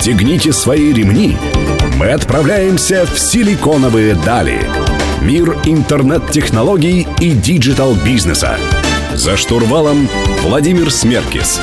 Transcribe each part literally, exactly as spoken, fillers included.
Пристегните свои ремни. Мы отправляемся в силиконовые дали. Мир интернет-технологий и диджитал-бизнеса. За штурвалом Владимир Смеркис.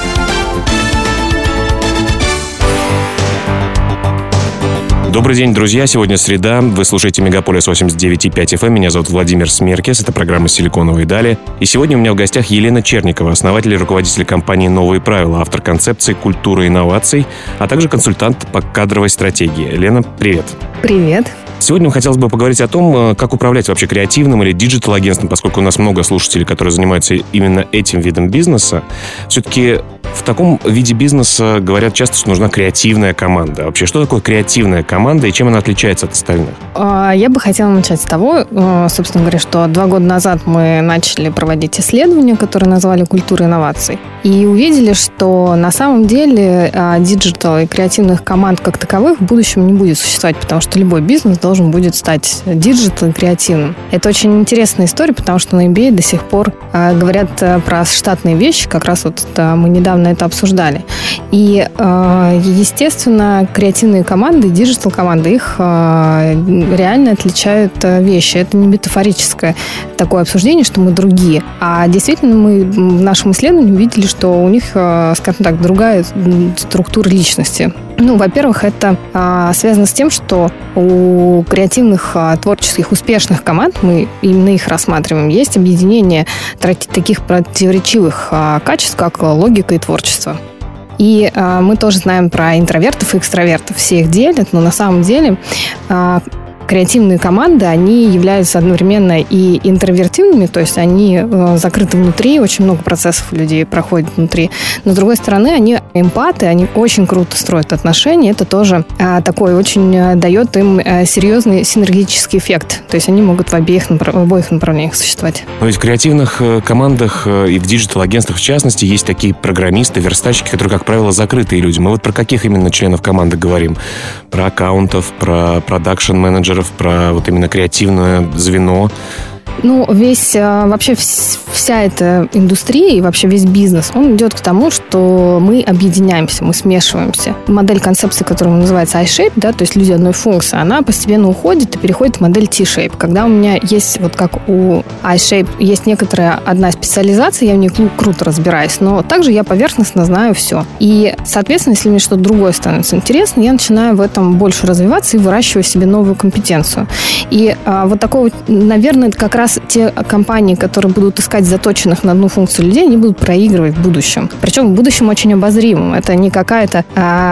Добрый день, друзья. Сегодня среда. Вы слушаете Мегаполис восемьдесят девять и пять эф эм. Меня зовут Владимир Смеркис. Это программа «Силиконовые дали». И сегодня у меня в гостях Елена Черникова, основатель и руководитель компании «Новые правила», автор концепции «Культура инноваций», а также консультант по кадровой стратегии. Лена, привет. Привет. Сегодня хотелось бы поговорить о том, как управлять вообще креативным или диджитал-агентством, поскольку у нас много слушателей, которые занимаются именно этим видом бизнеса. Все-таки в таком виде бизнеса говорят часто, что нужна креативная команда. Вообще, что такое креативная команда и чем она отличается от остальных? Я бы хотела начать с того, собственно говоря, что два года назад мы начали проводить исследование, которое назвали «Культура инноваций». И увидели, что на самом деле диджитал и креативных команд как таковых в будущем не будет существовать, потому что любой бизнес должен будет стать диджитал и креативным. Это очень интересная история, потому что на эм би эй до сих пор говорят про штатные вещи, как раз вот мы недавно это обсуждали. И, естественно, креативные команды, диджитал-команды, их реально отличают вещи. Это не метафорическое такое обсуждение, что мы другие. А действительно мы в нашем исследовании увидели, что у них, скажем так, другая структура личности. Ну, во-первых, это а, связано с тем, что у креативных, а, творческих, успешных команд, мы именно их рассматриваем, есть объединение таких противоречивых а, качеств, как логика и творчество. И а, мы тоже знаем про интровертов и экстравертов. Все их делят, но на самом деле а, креативные команды, они являются одновременно и интровертивными, то есть они э, закрыты внутри, очень много процессов у людей проходит внутри. Но, с другой стороны, они эмпаты, они очень круто строят отношения. Это тоже э, такой очень э, дает им э, серьезный синергетический эффект. То есть они могут в обеих, направ... в обоих направлениях существовать. Но ведь в креативных э, командах э, и в диджитал-агентствах, в частности, есть такие программисты, верстальщики, которые, как правило, закрытые люди. Мы вот про каких именно членов команды говорим? Про аккаунтов, про продакшн-менеджеров, про вот именно креативное звено. Ну, весь, вообще вся эта индустрия и вообще весь бизнес, он идет к тому, что мы объединяемся, мы смешиваемся. Модель концепции, которая называется I-shape, да, то есть люди одной функции, она постепенно уходит и переходит в модель T-shape. Когда у меня есть, вот как у I-shape, есть некоторая одна специализация, я в ней круто разбираюсь, но также я поверхностно знаю все. И, соответственно, если мне что-то другое становится интересно, я начинаю в этом больше развиваться и выращивать себе новую компетенцию. И а, вот такого, наверное, как раз те компании, которые будут искать заточенных на одну функцию людей, они будут проигрывать в будущем. Причем в будущем очень обозримом. Это не какая-то,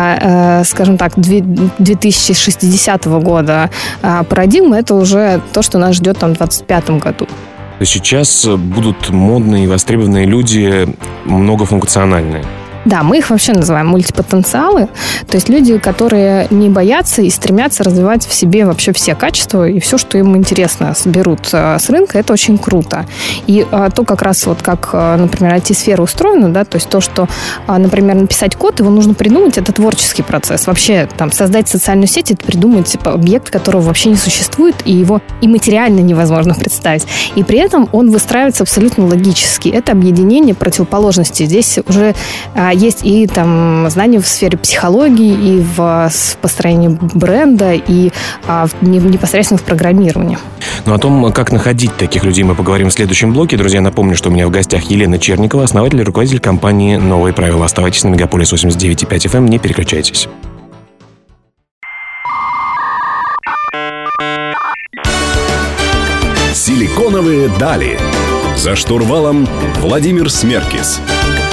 а, а, скажем так, две тысячи шестидесятого года а парадигма, это уже то, что нас ждет там в двадцать пятом году. Сейчас будут модные и востребованные люди многофункциональные. Да, мы их вообще называем мультипотенциалы, то есть люди, которые не боятся и стремятся развивать в себе вообще все качества и все, что им интересно, соберут с рынка, это очень круто. И а, то как раз вот как, например, ай ти-сфера устроена, да, то есть то, что, а, например, написать код, его нужно придумать, это творческий процесс. Вообще, там, создать социальную сеть, это придумать типа, объект, которого вообще не существует, и его и материально невозможно представить. И при этом он выстраивается абсолютно логически. Это объединение противоположностей. Здесь уже а, есть и там знания в сфере психологии, и в построении бренда, и а, в, непосредственно в программировании. Ну, о том, как находить таких людей, мы поговорим в следующем блоке. Друзья, напомню, что у меня в гостях Елена Черникова, основатель и руководитель компании «Новые правила». Оставайтесь на Мегаполис восемьдесят девять и пять эф эм, не переключайтесь. Силиконовые дали. За штурвалом Владимир Смеркис.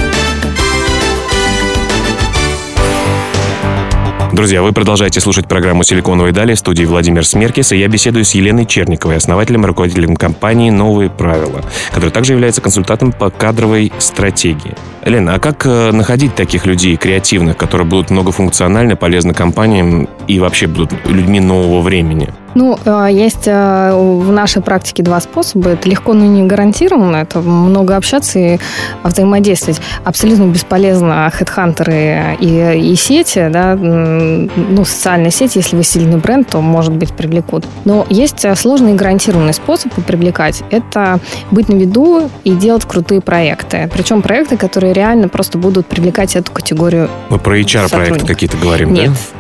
Друзья, вы продолжаете слушать программу «Силиконовые дали» в студии Владимир Смеркис, и я беседую с Еленой Черниковой, основателем и руководителем компании «Новые правила», которая также является консультантом по кадровой стратегии. Елена, а как находить таких людей креативных, которые будут многофункциональны, полезны компаниям и вообще будут людьми нового времени? Ну, есть в нашей практике два способа. Это легко, но не гарантированно. Это много общаться и взаимодействовать. Абсолютно бесполезно хедхантеры и, и сети, да, ну, социальные сети, если вы сильный бренд, то, может быть, привлекут. Но есть сложный и гарантированный способ привлекать. Это быть на виду и делать крутые проекты. Причем проекты, которые реально просто будут привлекать эту категорию. Мы про эйч ар-проекты какие-то говорим, Нет, да?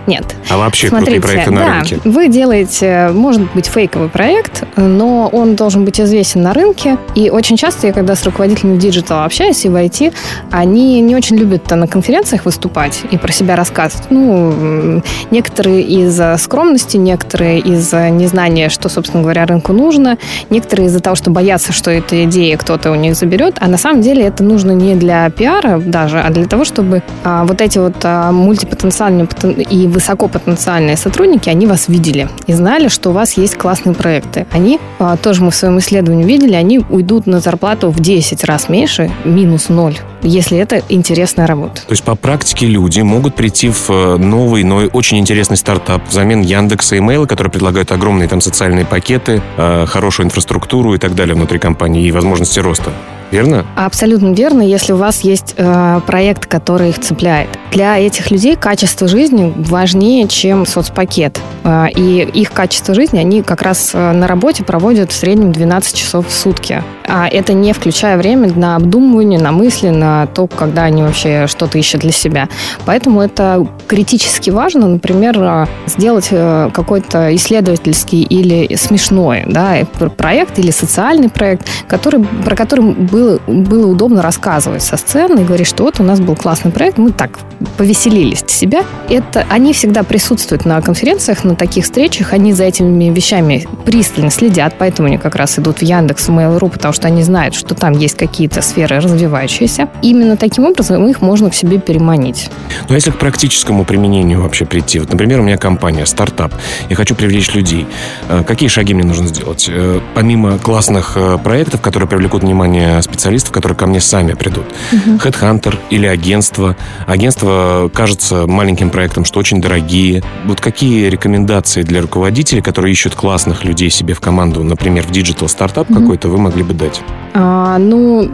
Нет. А вообще Смотрите, крутые проекты на да, рынке? Вы делаете, может быть, фейковый проект, но он должен быть известен на рынке. И очень часто я, когда с руководителями диджитала общаюсь и в ай ти, они не очень любят на конференциях выступать и про себя рассказывать. Ну, некоторые из-за скромности, некоторые из-за незнания, что, собственно говоря, рынку нужно, некоторые из-за того, что боятся, что эта идея кто-то у них заберет. А на самом деле это нужно не для пиара даже, а для того, чтобы а, вот эти вот а, мультипотенциальные и высокопотенциальные сотрудники, они вас видели и знали, что у вас есть классные проекты. Они, а, тоже мы в своем исследовании видели, они уйдут на зарплату в десять раз меньше, минус ноль, если это интересная работа. То есть по практике люди могут прийти в новый, но очень интересный стартап взамен Яндекса и Мейла, которые предлагают огромные там социальные пакеты, э, хорошую инфраструктуру и так далее внутри компании и возможности роста. Верно? Абсолютно верно, если у вас есть э, проект, который их цепляет. Для этих людей качество жизни важнее, чем соцпакет. Э, и их качество жизни они как раз э, на работе проводят в среднем двенадцать часов в сутки. А это не включая время на обдумывание, на мысли, на то, когда они вообще что-то ищут для себя. Поэтому это критически важно, например, сделать э, какой-то исследовательский или смешной, да, проект или социальный проект, который, про который Было, было удобно рассказывать со сцены и говорить, что вот у нас был классный проект, мы так повеселились для себя. Это, они всегда присутствуют на конференциях, на таких встречах, они за этими вещами пристально следят, поэтому они как раз идут в Яндекс, в Mail.ru, потому что они знают, что там есть какие-то сферы развивающиеся. Именно таким образом их можно к себе переманить. Ну, а если к практическому применению вообще прийти? Вот, например, у меня компания, стартап, я хочу привлечь людей. Какие шаги мне нужно сделать? Помимо классных проектов, которые привлекут внимание специалистов, которые ко мне сами придут. Uh-huh. Headhunter или агентство. Агентство кажется маленьким проектом, что очень дорогие. Вот какие рекомендации для руководителей, которые ищут классных людей себе в команду, например, в диджитал-стартап uh-huh. какой-то, вы могли бы дать? А, ну,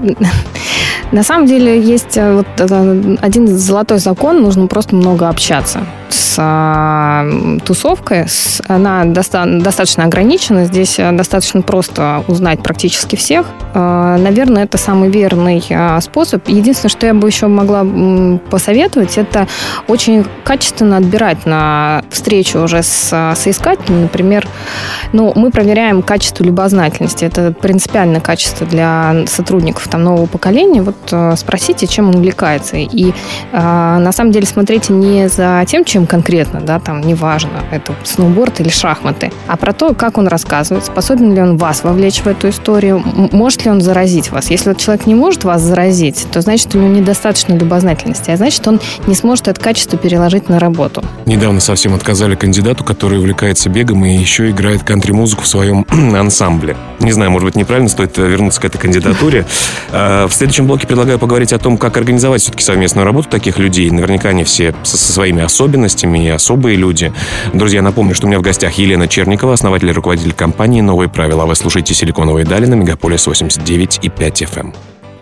на самом деле есть вот один золотой закон, нужно просто много общаться с а, тусовкой. С, она доста- достаточно ограничена, здесь достаточно просто узнать практически всех. А, наверное, это самый верный а, способ. Единственное, что я бы еще могла м, посоветовать, это очень качественно отбирать на встречу уже с соискателем. Например, ну, мы проверяем качество любознательности. Это принципиальное качество для сотрудников там, нового поколения. Вот а, спросите, чем он увлекается. И а, на самом деле смотрите не за тем, чем конкретно, да, там, неважно, это сноуборд или шахматы, а про то, как он рассказывает, способен ли он вас вовлечь в эту историю, может ли он заразить вас. Если вот человек не может вас заразить, то значит, у него недостаточно любознательности, а значит, он не сможет это качество переложить на работу. Недавно совсем отказали кандидату, который увлекается бегом и еще играет кантри-музыку в своем ансамбле. Не знаю, может быть, неправильно, стоит вернуться к этой кандидатуре. В следующем блоке предлагаю поговорить о том, как организовать все-таки совместную работу таких людей. Наверняка они все со своими особенностями и особые люди. Друзья, напомню, что у меня в гостях Елена Черникова, основатель и руководитель компании «Новые правила». Вы слушаете «Силиконовые дали» на Мегаполис восемьдесят девять и пять эф эм.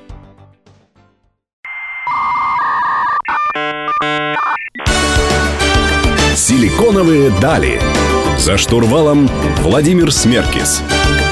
«Силиконовые дали». За штурвалом Владимир Смеркис.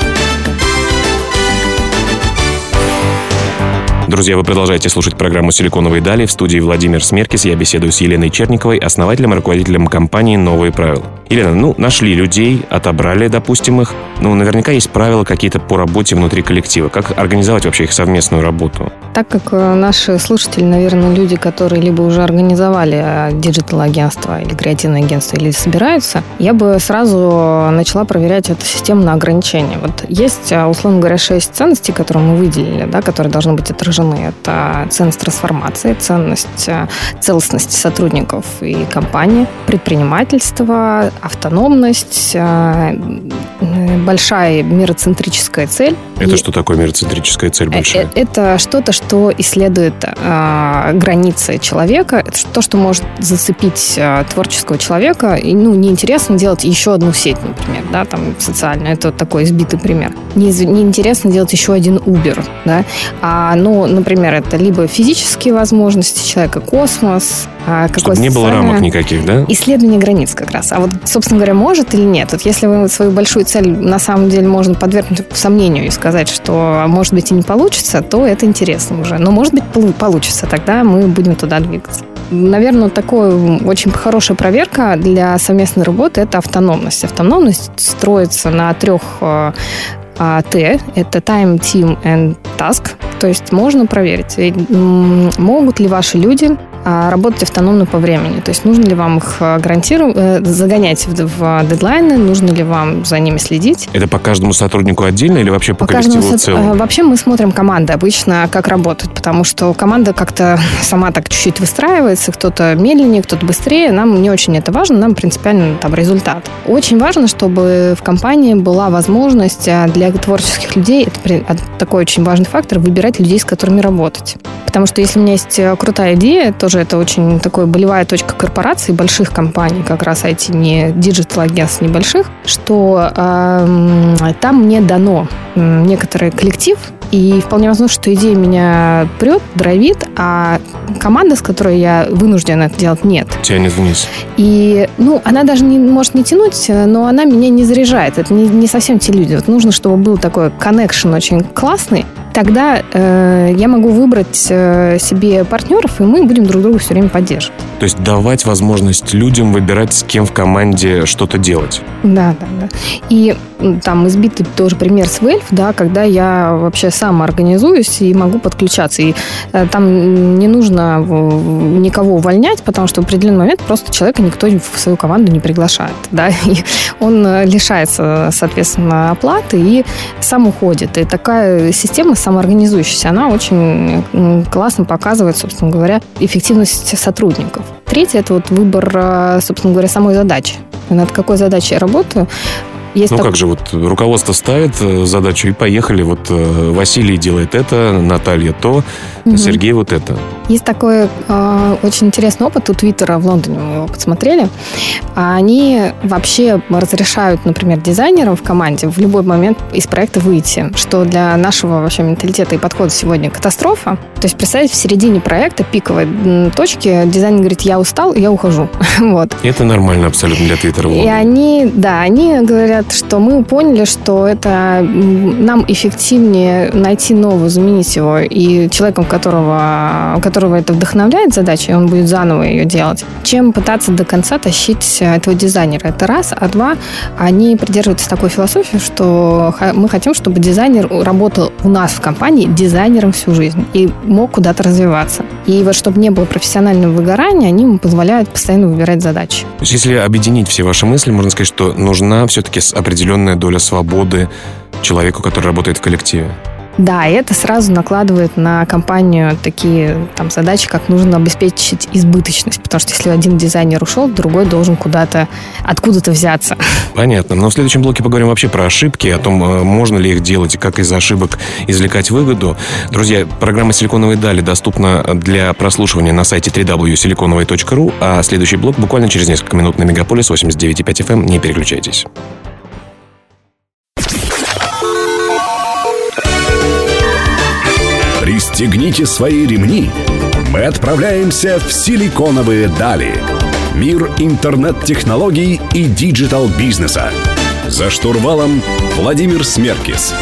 Друзья, вы продолжаете слушать программу «Силиконовые дали». В студии Владимир Смеркис. Я беседую с Еленой Черниковой, основателем и руководителем компании «Новые правила». Елена, ну, нашли людей, отобрали, допустим, их. Ну, наверняка есть правила какие-то по работе внутри коллектива. Как организовать вообще их совместную работу? Так как наши слушатели, наверное, люди, которые либо уже организовали диджитал-агентство или креативное агентство, или собираются, я бы сразу начала проверять эту систему на ограничения. Вот есть, условно говоря, шесть ценностей, которые мы выделили, да, которые должны быть отражены. Это ценность трансформации, ценность целостности сотрудников и компании, предпринимательство, автономность, большая мироцентрическая цель. Это и что такое мироцентрическая цель большая? Это что-то, что исследует э, границы человека, это то, что может зацепить э, творческого человека. И, ну, неинтересно делать еще одну сеть, например, да, там, социальную. Это вот такой избитый пример. Не, неинтересно делать еще один Uber, да. А, ну, например, это либо физические возможности человека, космос, а, чтобы не было рамок никаких, да? Исследование границ как раз. А вот, собственно говоря, может или нет? Вот если вы свою большую цель на самом деле можно подвергнуть сомнению и сказать, что, может быть, и не получится, то это интересно уже. Но, может быть, получится. Тогда мы будем туда двигаться. наверное, такой очень хорошая проверка для совместной работы – это автономность. Автономность строится на трех Т. Это Time, Team and Task. То есть можно проверить, могут ли ваши люди работать автономно по времени. То есть нужно ли вам их гарантировать, загонять в дедлайны, нужно ли вам за ними следить. Это по каждому сотруднику отдельно или вообще по, по коллективу в целом? Вообще мы смотрим команды обычно, как работают, потому что команда как-то сама так чуть-чуть выстраивается, кто-то медленнее, кто-то быстрее. Нам не очень это важно, нам принципиально там результат. Очень важно, чтобы в компании была возможность для творческих людей, это такой очень важный фактор, выбирать людей, с которыми работать. Потому что если у меня есть крутая идея, тоже это очень такая болевая точка корпораций, больших компаний, как раз ай ти, не диджитал-агентств небольших, что э, там мне дано некоторый коллектив, и вполне возможно, что идея меня прет, драйвит, а команда, с которой я вынуждена это делать, нет. Тянет вниз. И, ну, она даже не может не тянуть, но она меня не заряжает. Это не, не совсем те люди. Вот нужно, чтобы был такой коннекшн очень классный. Тогда э, я могу выбрать э, себе партнеров, и мы будем друг друга все время поддерживать. То есть давать возможность людям выбирать, с кем в команде что-то делать. Да, да, да. И там избитый тоже пример с Вельф, да, когда я вообще сама организуюсь и могу подключаться. И э, там не нужно никого увольнять, потому что в определенный момент просто человека никто в свою команду не приглашает. Да, и он лишается, соответственно, оплаты и сам уходит. И такая система самоорганизующаяся, она очень классно показывает, собственно говоря, эффективность сотрудников. Третье – это вот выбор, собственно говоря, самой задачи. Над какой задачей я работаю. Есть ну так... как же, вот руководство ставит задачу и поехали. Вот Василий делает это, Наталья то, угу. Сергей вот это. Есть такой э, очень интересный опыт у Твиттера в Лондоне, мы его посмотрели. Они вообще разрешают, например, дизайнерам в команде в любой момент из проекта выйти, что для нашего вообще менталитета и подхода сегодня катастрофа. То есть, представьте, в середине проекта, пиковой точки, дизайнер говорит, я устал, я ухожу. Вот. Это нормально абсолютно для Твиттера в Лондоне. И они, да, они говорят, что мы поняли, что это нам эффективнее найти нового, заменить его, и человеком, которого, которого это вдохновляет задача, и он будет заново ее делать, чем пытаться до конца тащить этого дизайнера. Это раз. А два, они придерживаются такой философии, что мы хотим, чтобы дизайнер работал у нас в компании дизайнером всю жизнь и мог куда-то развиваться. И вот чтобы не было профессионального выгорания, они ему позволяют постоянно выбирать задачи. То есть, если объединить все ваши мысли, можно сказать, что нужна все-таки определенная доля свободы человеку, который работает в коллективе. Да, и это сразу накладывает на компанию такие там задачи, как нужно обеспечить избыточность, потому что если один дизайнер ушел, другой должен куда-то, откуда-то взяться. Понятно. Но в следующем блоке поговорим вообще про ошибки, о том, можно ли их делать и как из ошибок извлекать выгоду. Друзья, программа «Силиконовые дали» доступна для прослушивания на сайте дабл ю дабл ю дабл ю точка силиконовые точка ру, а следующий блок буквально через несколько минут на Мегаполис восемьдесят девять и пять эф эм. Не переключайтесь. Пристегните свои ремни. Мы отправляемся в Силиконовые дали. Мир интернет-технологий и диджитал-бизнеса. За штурвалом Владимир Смеркис.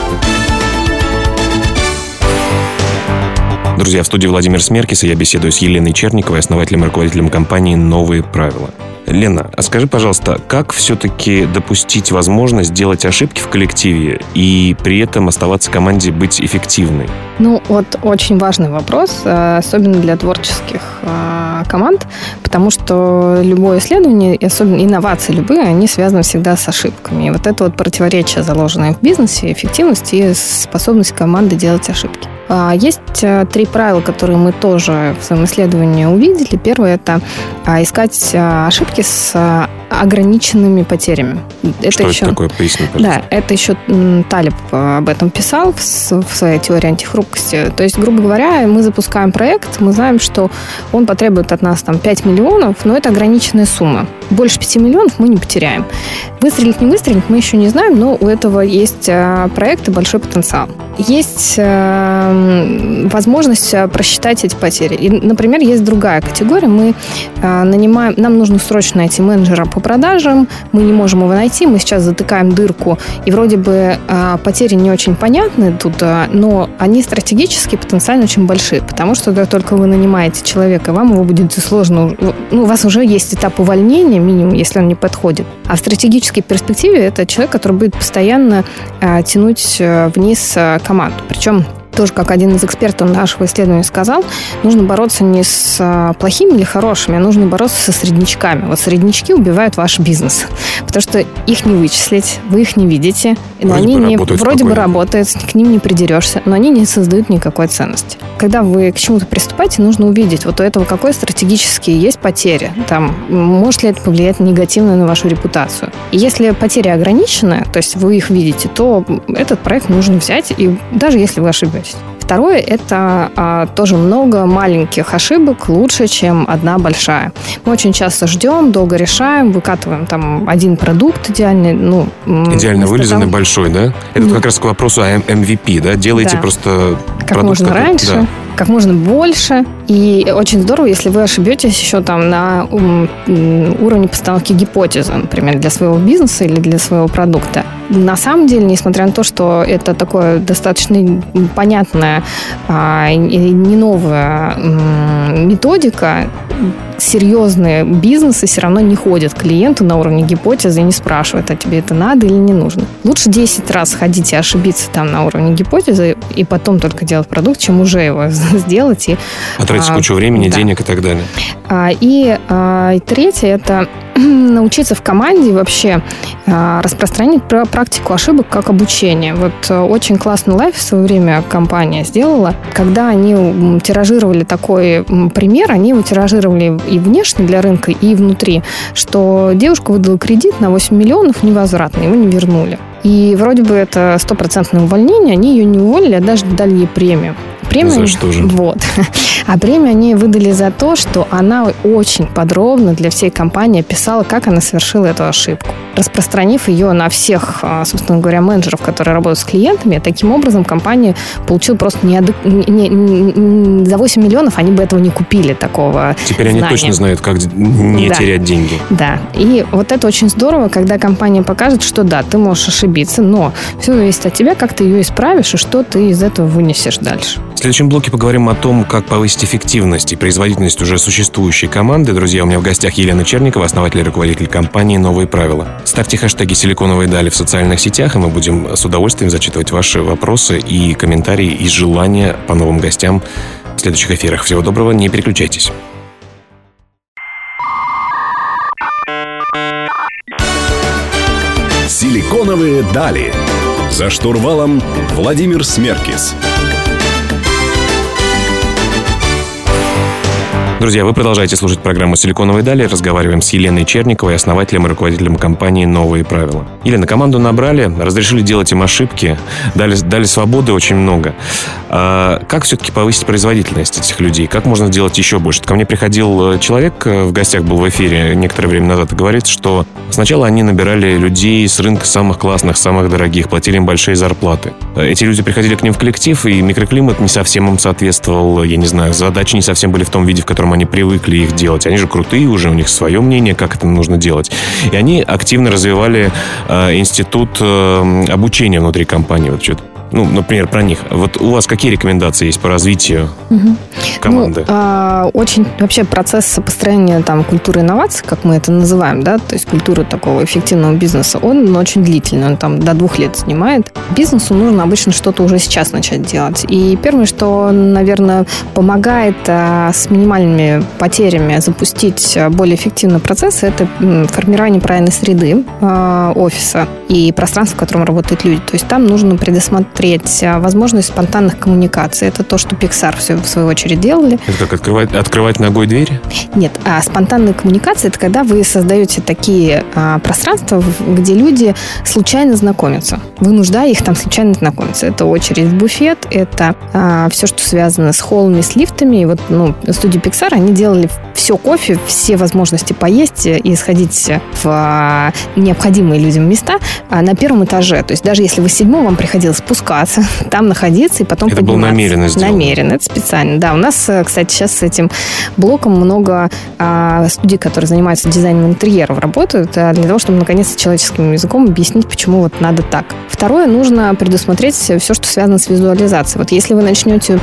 Друзья, в студии Владимир Смеркис, и я беседую с Еленой Черниковой, основателем и руководителем компании «Новые правила». Лена, а скажи, пожалуйста, как все-таки допустить возможность делать ошибки в коллективе и при этом оставаться команде быть эффективной? Ну, вот очень важный вопрос, особенно для творческих команд, потому что любое исследование, и особенно инновации любые, они связаны всегда с ошибками. И вот это вот противоречие, заложенное в бизнесе, эффективность и способность команды делать ошибки. Есть три правила, которые мы тоже в своем исследовании увидели. Первое – это искать ошибки с ограниченными потерями. Это Что еще... это такое? Поясни, пожалуйста. Да, это еще Талеб об этом писал в своей теории антихрупкости. То есть, грубо говоря, мы запускаем проект, мы знаем, что он потребует от нас там, пять миллионов, но это ограниченная сумма. Больше пяти миллионов мы не потеряем. Выстрелить, не выстрелить мы еще не знаем, но у этого есть проект и большой потенциал. Есть возможность просчитать эти потери. И, например, есть другая категория. Мы нанимаем, нам нужно срочно найти менеджера по по продажам, мы не можем его найти, мы сейчас затыкаем дырку, и вроде бы а, потери не очень понятны тут, а, но они стратегически потенциально очень большие, потому что как только вы нанимаете человека, вам его будет сложно, ну, у вас уже есть этап увольнения, минимум, если он не подходит. А в стратегической перспективе это человек, который будет постоянно а, тянуть вниз а, команду. Причем тоже, как один из экспертов нашего исследования сказал, нужно бороться не с плохими или хорошими, а нужно бороться со среднячками. Вот среднячки убивают ваш бизнес, потому что их не вычислить, вы их не видите, но вроде они бы не, работают вроде спокойно. бы работают, к ним не придерешься, но они не создают никакой ценности. Когда вы к чему-то приступаете, нужно увидеть, вот у этого какой стратегические есть потери, там, может ли это повлиять негативно на вашу репутацию. И если потери ограничены, то есть вы их видите, то этот проект нужно взять, и даже если вы ошибетесь. Второе – это а, тоже много маленьких ошибок лучше, чем одна большая. Мы очень часто ждем, долго решаем, выкатываем там один продукт идеальный. Ну, Идеально вылизанный, того... большой, да? Это mm. как раз к вопросу о эм ви пи, да? Делайте да. просто как продукт, можно который... раньше, да. как можно больше. И очень здорово, если вы ошибетесь еще там на уровне постановки гипотезы, например, для своего бизнеса или для своего продукта. На самом деле, несмотря на то, что это такое достаточно понятная и не новая методика, серьезные бизнесы все равно не ходят к клиенту на уровне гипотезы и не спрашивают, а тебе это надо или не нужно. Лучше десять раз ходить и ошибиться там на уровне гипотезы и потом только делать продукт, чем уже его сделать. И, потратить а, кучу времени, да. денег и так далее. А, и, а, и третье – это научиться в команде вообще а, распространить про практику ошибок как обучение. Вот а, очень классный лайф в свое время компания сделала, когда они тиражировали такой пример, они его тиражировали и внешне для рынка, и внутри, что девушка выдала кредит на восемь миллионов невозвратно, его не вернули. И вроде бы это стопроцентное увольнение, они ее не уволили, а даже дали ей премию. Премию, за что же? Вот. А премию они выдали за то, что она очень подробно для всей компании описала, как она совершила эту ошибку, распространив ее на всех, собственно говоря, менеджеров, которые работают с клиентами. Таким образом, компания получила просто неадек... не, не, не, за восемь миллионов они бы этого не купили, такого Теперь знания. Они точно знают, как не да. терять деньги. Да. И вот это очень здорово, когда компания покажет, что да, ты можешь ошибиться, но все зависит от тебя, как ты ее исправишь и что ты из этого вынесешь дальше. В следующем блоке поговорим о том, как повысить эффективность и производительность уже существующей команды. Друзья, у меня в гостях Елена Черникова, основатель и руководитель компании «Новые правила». Ставьте хэштеги «Силиконовые дали» в социальных сетях, и мы будем с удовольствием зачитывать ваши вопросы и комментарии и желания по новым гостям в следующих эфирах. Всего доброго, не переключайтесь. «Силиконовые дали». За штурвалом Владимир Смеркис. Друзья, вы продолжаете слушать программу «Силиконовые дали». Разговариваем с Еленой Черниковой, основателем и руководителем компании «Новые правила». Елена, команду набрали, разрешили делать им ошибки, дали, дали свободы очень много. А как все-таки повысить производительность этих людей? Как можно сделать еще больше? Ко мне приходил человек, в гостях был в эфире некоторое время назад, и говорит, что сначала они набирали людей с рынка самых классных, самых дорогих, платили им большие зарплаты. Эти люди приходили к ним в коллектив, и микроклимат не совсем им соответствовал, я не знаю, задачи не совсем были в том виде, в котором они привыкли их делать. Они же крутые уже, у них свое мнение, как это нужно делать. И они активно развивали э, институт э, обучения внутри компании. Вот что-то. Ну, например, про них. Вот у вас какие рекомендации есть по развитию угу. команды? Ну, а, очень вообще процесс построения там, культуры инноваций, как мы это называем, да, то есть культуры такого эффективного бизнеса, он очень длительный, он там до двух лет занимает. Бизнесу нужно обычно что-то уже сейчас начать делать. И первое, что, наверное, помогает а, с минимальными потерями запустить более эффективный процесс, это формирование правильной среды а, офиса и пространства, в котором работают люди. То есть там нужно предусмотреть возможность спонтанных коммуникаций. Это то, что Pixar все в свою очередь делали. Это как открывать, открывать ногой дверь? Нет, а спонтанные коммуникации – это когда вы создаете такие а, пространства, где люди случайно знакомятся, вынуждая их там случайно знакомиться. Это очередь в буфет, это а, все, что связано с холлами, с лифтами. И вот ну, в студии Pixar они делали все кофе, все возможности поесть и сходить в а, необходимые людям места а, на первом этаже. То есть даже если вы седьмом, вам приходилось спускаться спускаться, там находиться и потом это подниматься. Это было намеренно сделано? Намеренно, это специально. Да, у нас, кстати, сейчас с этим блоком много а, студий, которые занимаются дизайном интерьеров, работают а, для того, чтобы наконец-то человеческим языком объяснить, почему вот надо так. Второе, нужно предусмотреть все, что связано с визуализацией. Вот если вы начнете...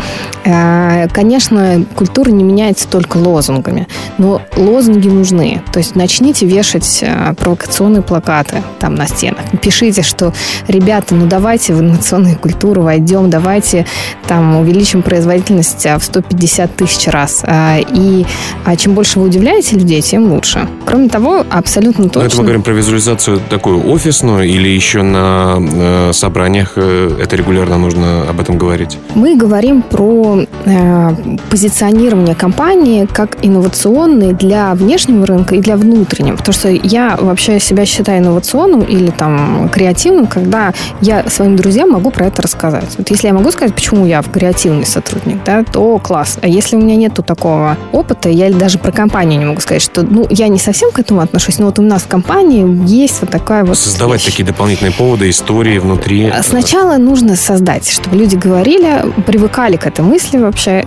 А, конечно, культура не меняется только лозунгами, но лозунги нужны. То есть начните вешать а, провокационные плакаты там на стенах. Пишите, что, ребята, ну давайте в инновационную культуру войдем, давайте там увеличим производительность в сто пятьдесят тысяч раз. И чем больше вы удивляете людей, тем лучше. Кроме того, абсолютно точно... Но это мы говорим про визуализацию такую офисную или еще на э, собраниях э, это регулярно нужно об этом говорить? Мы говорим про э, позиционирование компании как инновационной для внешнего рынка и для внутреннего. Потому что я вообще себя считаю инновационным или там креативным, когда я своим друзьям могу про это рассказать. Вот если я могу сказать, почему я креативный сотрудник, да, то класс. А если у меня нету такого опыта, я даже про компанию не могу сказать, что ну, я не совсем к этому отношусь, но вот у нас в компании есть вот такая вот Создавать вещь. Такие дополнительные поводы, истории внутри. Сначала нужно создать, чтобы люди говорили, привыкали к этой мысли вообще,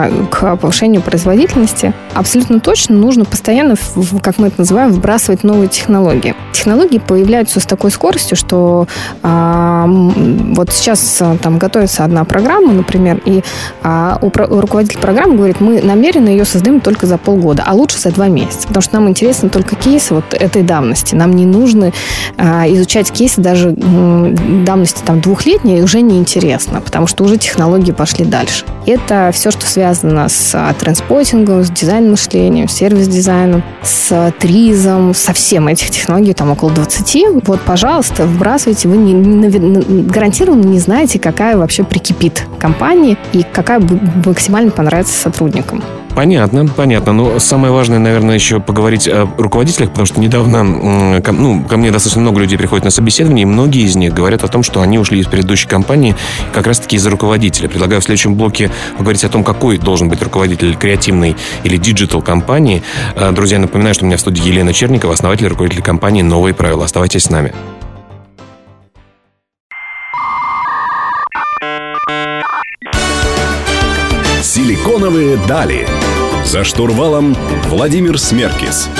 к повышению производительности. Абсолютно точно нужно постоянно, как мы это называем, вбрасывать новые технологии. Технологии появляются с такой скоростью, что а, вот сейчас там готовится одна программа, например, и а, руководитель программы говорит, мы намеренно ее создаем только за полгода, а лучше за два месяца, потому что нам интересны только кейсы вот этой давности. Нам не нужно а, изучать кейсы даже м, давности там двухлетней, уже неинтересно, потому что уже технологии пошли дальше. Это все, что связано с трендспоттингом, с дизайн-мышлением, с сервис-дизайном, с тризом, со всем этих технологий, там около двадцати. Вот, пожалуйста, вбрасывайте. Вы не, не, гарантированно не знаете, какая вообще прикипит компании и какая максимально понравится сотрудникам. Понятно, понятно. Но самое важное, наверное, еще поговорить о руководителях, потому что недавно ну, ко мне достаточно много людей приходят на собеседование, и многие из них говорят о том, что они ушли из предыдущей компании как раз-таки из-за руководителя. Предлагаю в следующем блоке поговорить о том, какой должен быть руководитель креативной или диджитал-компании. Друзья, напоминаю, что у меня в студии Елена Черникова, основатель и руководитель компании «Новые правила». Оставайтесь с нами. Силиконовые дали. За штурвалом Владимир Смеркис.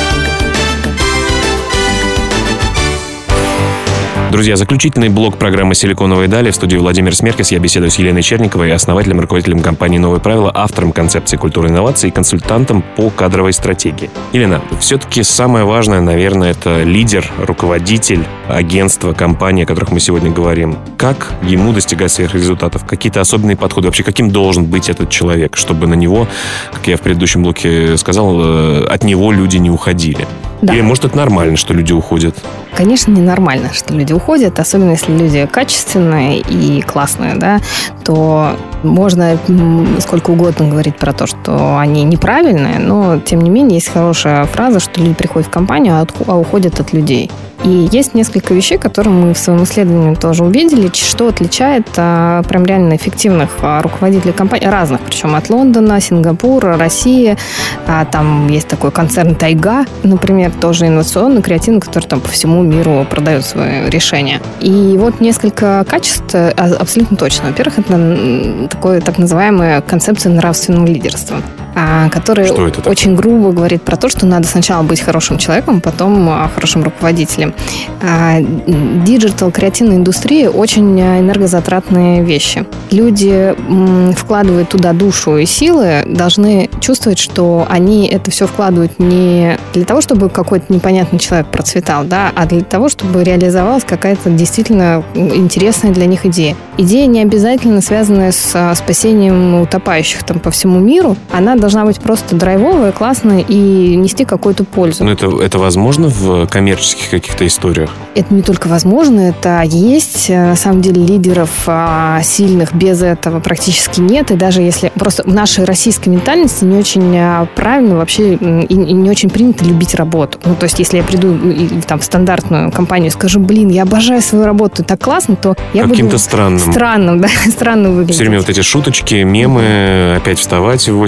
Друзья, заключительный блок программы «Силиконовые дали». В студии Владимир Смеркис. Я беседую с Еленой Черниковой, основателем и руководителем компании «Новые правила», автором концепции культуры инноваций и консультантом по кадровой стратегии. Елена, все-таки самое важное, наверное, это лидер, руководитель агентства, компании, о которых мы сегодня говорим. Как ему достигать своих результатов? Какие-то особенные подходы? Вообще, каким должен быть этот человек, чтобы на него, как я в предыдущем блоке сказал, от него люди не уходили? Да. Или, может, это нормально, что люди уходят? Конечно, ненормально, что люди уходят, особенно если люди качественные и классные, да, то можно сколько угодно говорить про то, что они неправильные, но, тем не менее, есть хорошая фраза, что люди приходят в компанию, а уходят от людей. И есть несколько вещей, которые мы в своем исследовании тоже увидели, что отличает а, прям реально эффективных а, руководителей компаний, разных, причем от Лондона, Сингапура, России. А, там есть такой концерн Тайга, например, тоже инновационный, креативный, который там по всему миру продает свои решения. И вот несколько качеств абсолютно точно. Во-первых, это такое так называемая концепция нравственного лидерства, которая очень грубо говорит про то, что надо сначала быть хорошим человеком, потом хорошим руководителем. Диджитал, креативная индустрия очень энергозатратные вещи. Люди вкладывают туда душу и силы, должны чувствовать, что они это все вкладывают не для того, чтобы какой-то непонятный человек процветал, да, а для того, чтобы реализовалась какая-то действительно интересная для них идея. Идея не обязательно связанная с спасением утопающих там по всему миру, она должна быть просто драйвовая, классная и нести какую-то пользу. Но это, это возможно в коммерческих каких-то историях? Это не только возможно, это есть. На самом деле лидеров а, сильных без этого практически нет. И даже если просто в нашей российской ментальности не очень а, правильно вообще и, и не очень принято любить работу. Ну, то есть, если я приду и, там, в стандартную компанию и скажу, блин, я обожаю свою работу, так классно, то я Каким-то буду... странным. Странным, да, странно выглядит. Все время вот эти шуточки, мемы, опять вставать в восемь утра,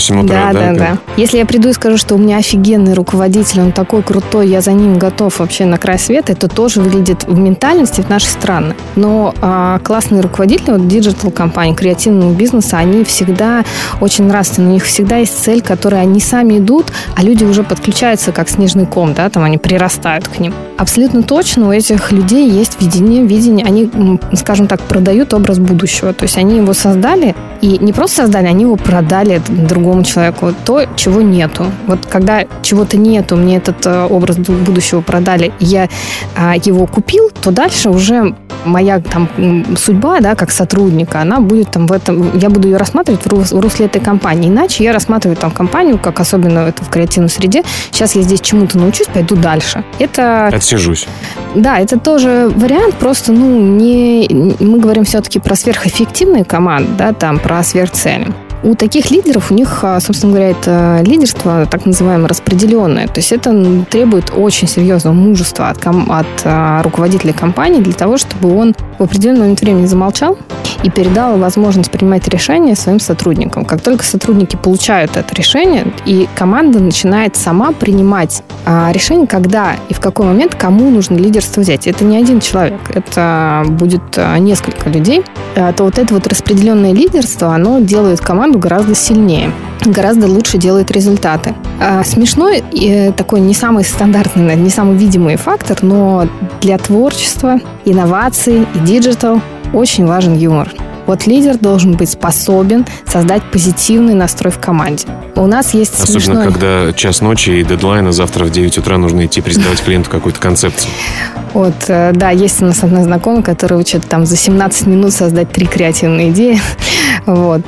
Да, да, да. Если я приду и скажу, что у меня офигенный руководитель, он такой крутой, я за ним готов вообще на край света, это тоже выглядит в ментальности в нашей стране. Но а, классные руководители вот, диджитал-компаний, креативного бизнеса, они всегда очень нравственные. У них всегда есть цель, к которой они сами идут, а люди уже подключаются как снежный ком, да, там они прирастают к ним. Абсолютно точно у этих людей есть видение, видение. Они, скажем так, продают образ будущего. То есть они его создали, и не просто создали, они его продали другому человеку. То, чего нету. Вот когда чего-то нету, мне этот образ будущего продали, я а, его купил, то дальше уже моя там судьба, да, как сотрудника, она будет там в этом, я буду ее рассматривать в русле этой компании. Иначе я рассматриваю там компанию, как особенно это в креативной среде. Сейчас я здесь чему-то научусь, пойду дальше. Это... Отсижусь. Да, это тоже вариант, просто, ну, не... Мы говорим все-таки про сверхэффективные команды, да, там, про сверхцели. У таких лидеров, у них, собственно говоря, это лидерство так называемое распределенное. То есть это требует очень серьезного мужества от, ком- от а, руководителя компании для того, чтобы он в определенный момент времени замолчал и передал возможность принимать решения своим сотрудникам. Как только сотрудники получают это решение, и команда начинает сама принимать а, решение, когда и в какой момент кому нужно лидерство взять. Это не один человек, это будет а, несколько людей. А, то вот это вот распределенное лидерство, оно делает команду гораздо сильнее, гораздо лучше делает результаты. А, смешной и такой не самый стандартный, не самый видимый фактор, но для творчества, инноваций и диджитал очень важен юмор. Вот лидер должен быть способен создать позитивный настрой в команде. У нас есть Особенно, смешной... когда час ночи и дедлайн, а завтра в девять утра нужно идти презентовать клиенту какую-то концепцию. Вот, да, есть у нас одна знакомая, которая учит там за семнадцать минут создать три креативные идеи. Вот.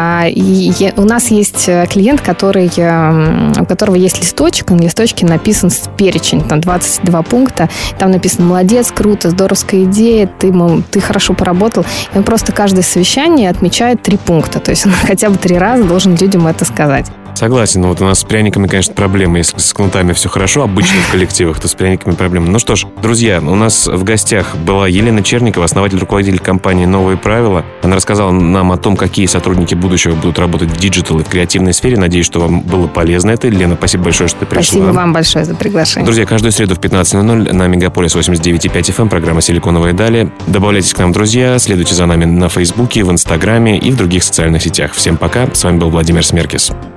И у нас есть клиент, который, у которого есть листочек, на листочке написан перечень, там двадцать два пункта, там написано «Молодец, круто, здоровская идея, ты, ты хорошо поработал». И он просто каждое совещание отмечает три пункта, то есть он хотя бы три раза должен людям это сказать. Согласен, но вот у нас с пряниками, конечно, проблемы. Если с кнутами все хорошо, обычно в коллективах, то с пряниками проблемы. Ну что ж, друзья, у нас в гостях была Елена Черникова, основатель, руководитель компании «Новые правила». Она рассказала нам о том, какие сотрудники будущего будут работать в диджитал и в креативной сфере. Надеюсь, что вам было полезно это. Лена, спасибо большое, что ты пришла. Спасибо вам большое за приглашение. Друзья, каждую среду в пятнадцать ноль ноль на Мегаполис восемьдесят девять и пять эф эм, программа «Силиконовые дали». Добавляйтесь к нам, друзья, следуйте за нами на Фейсбуке, в Инстаграме и в других социальных сетях. Всем пока, с вами был Владимир Смеркис.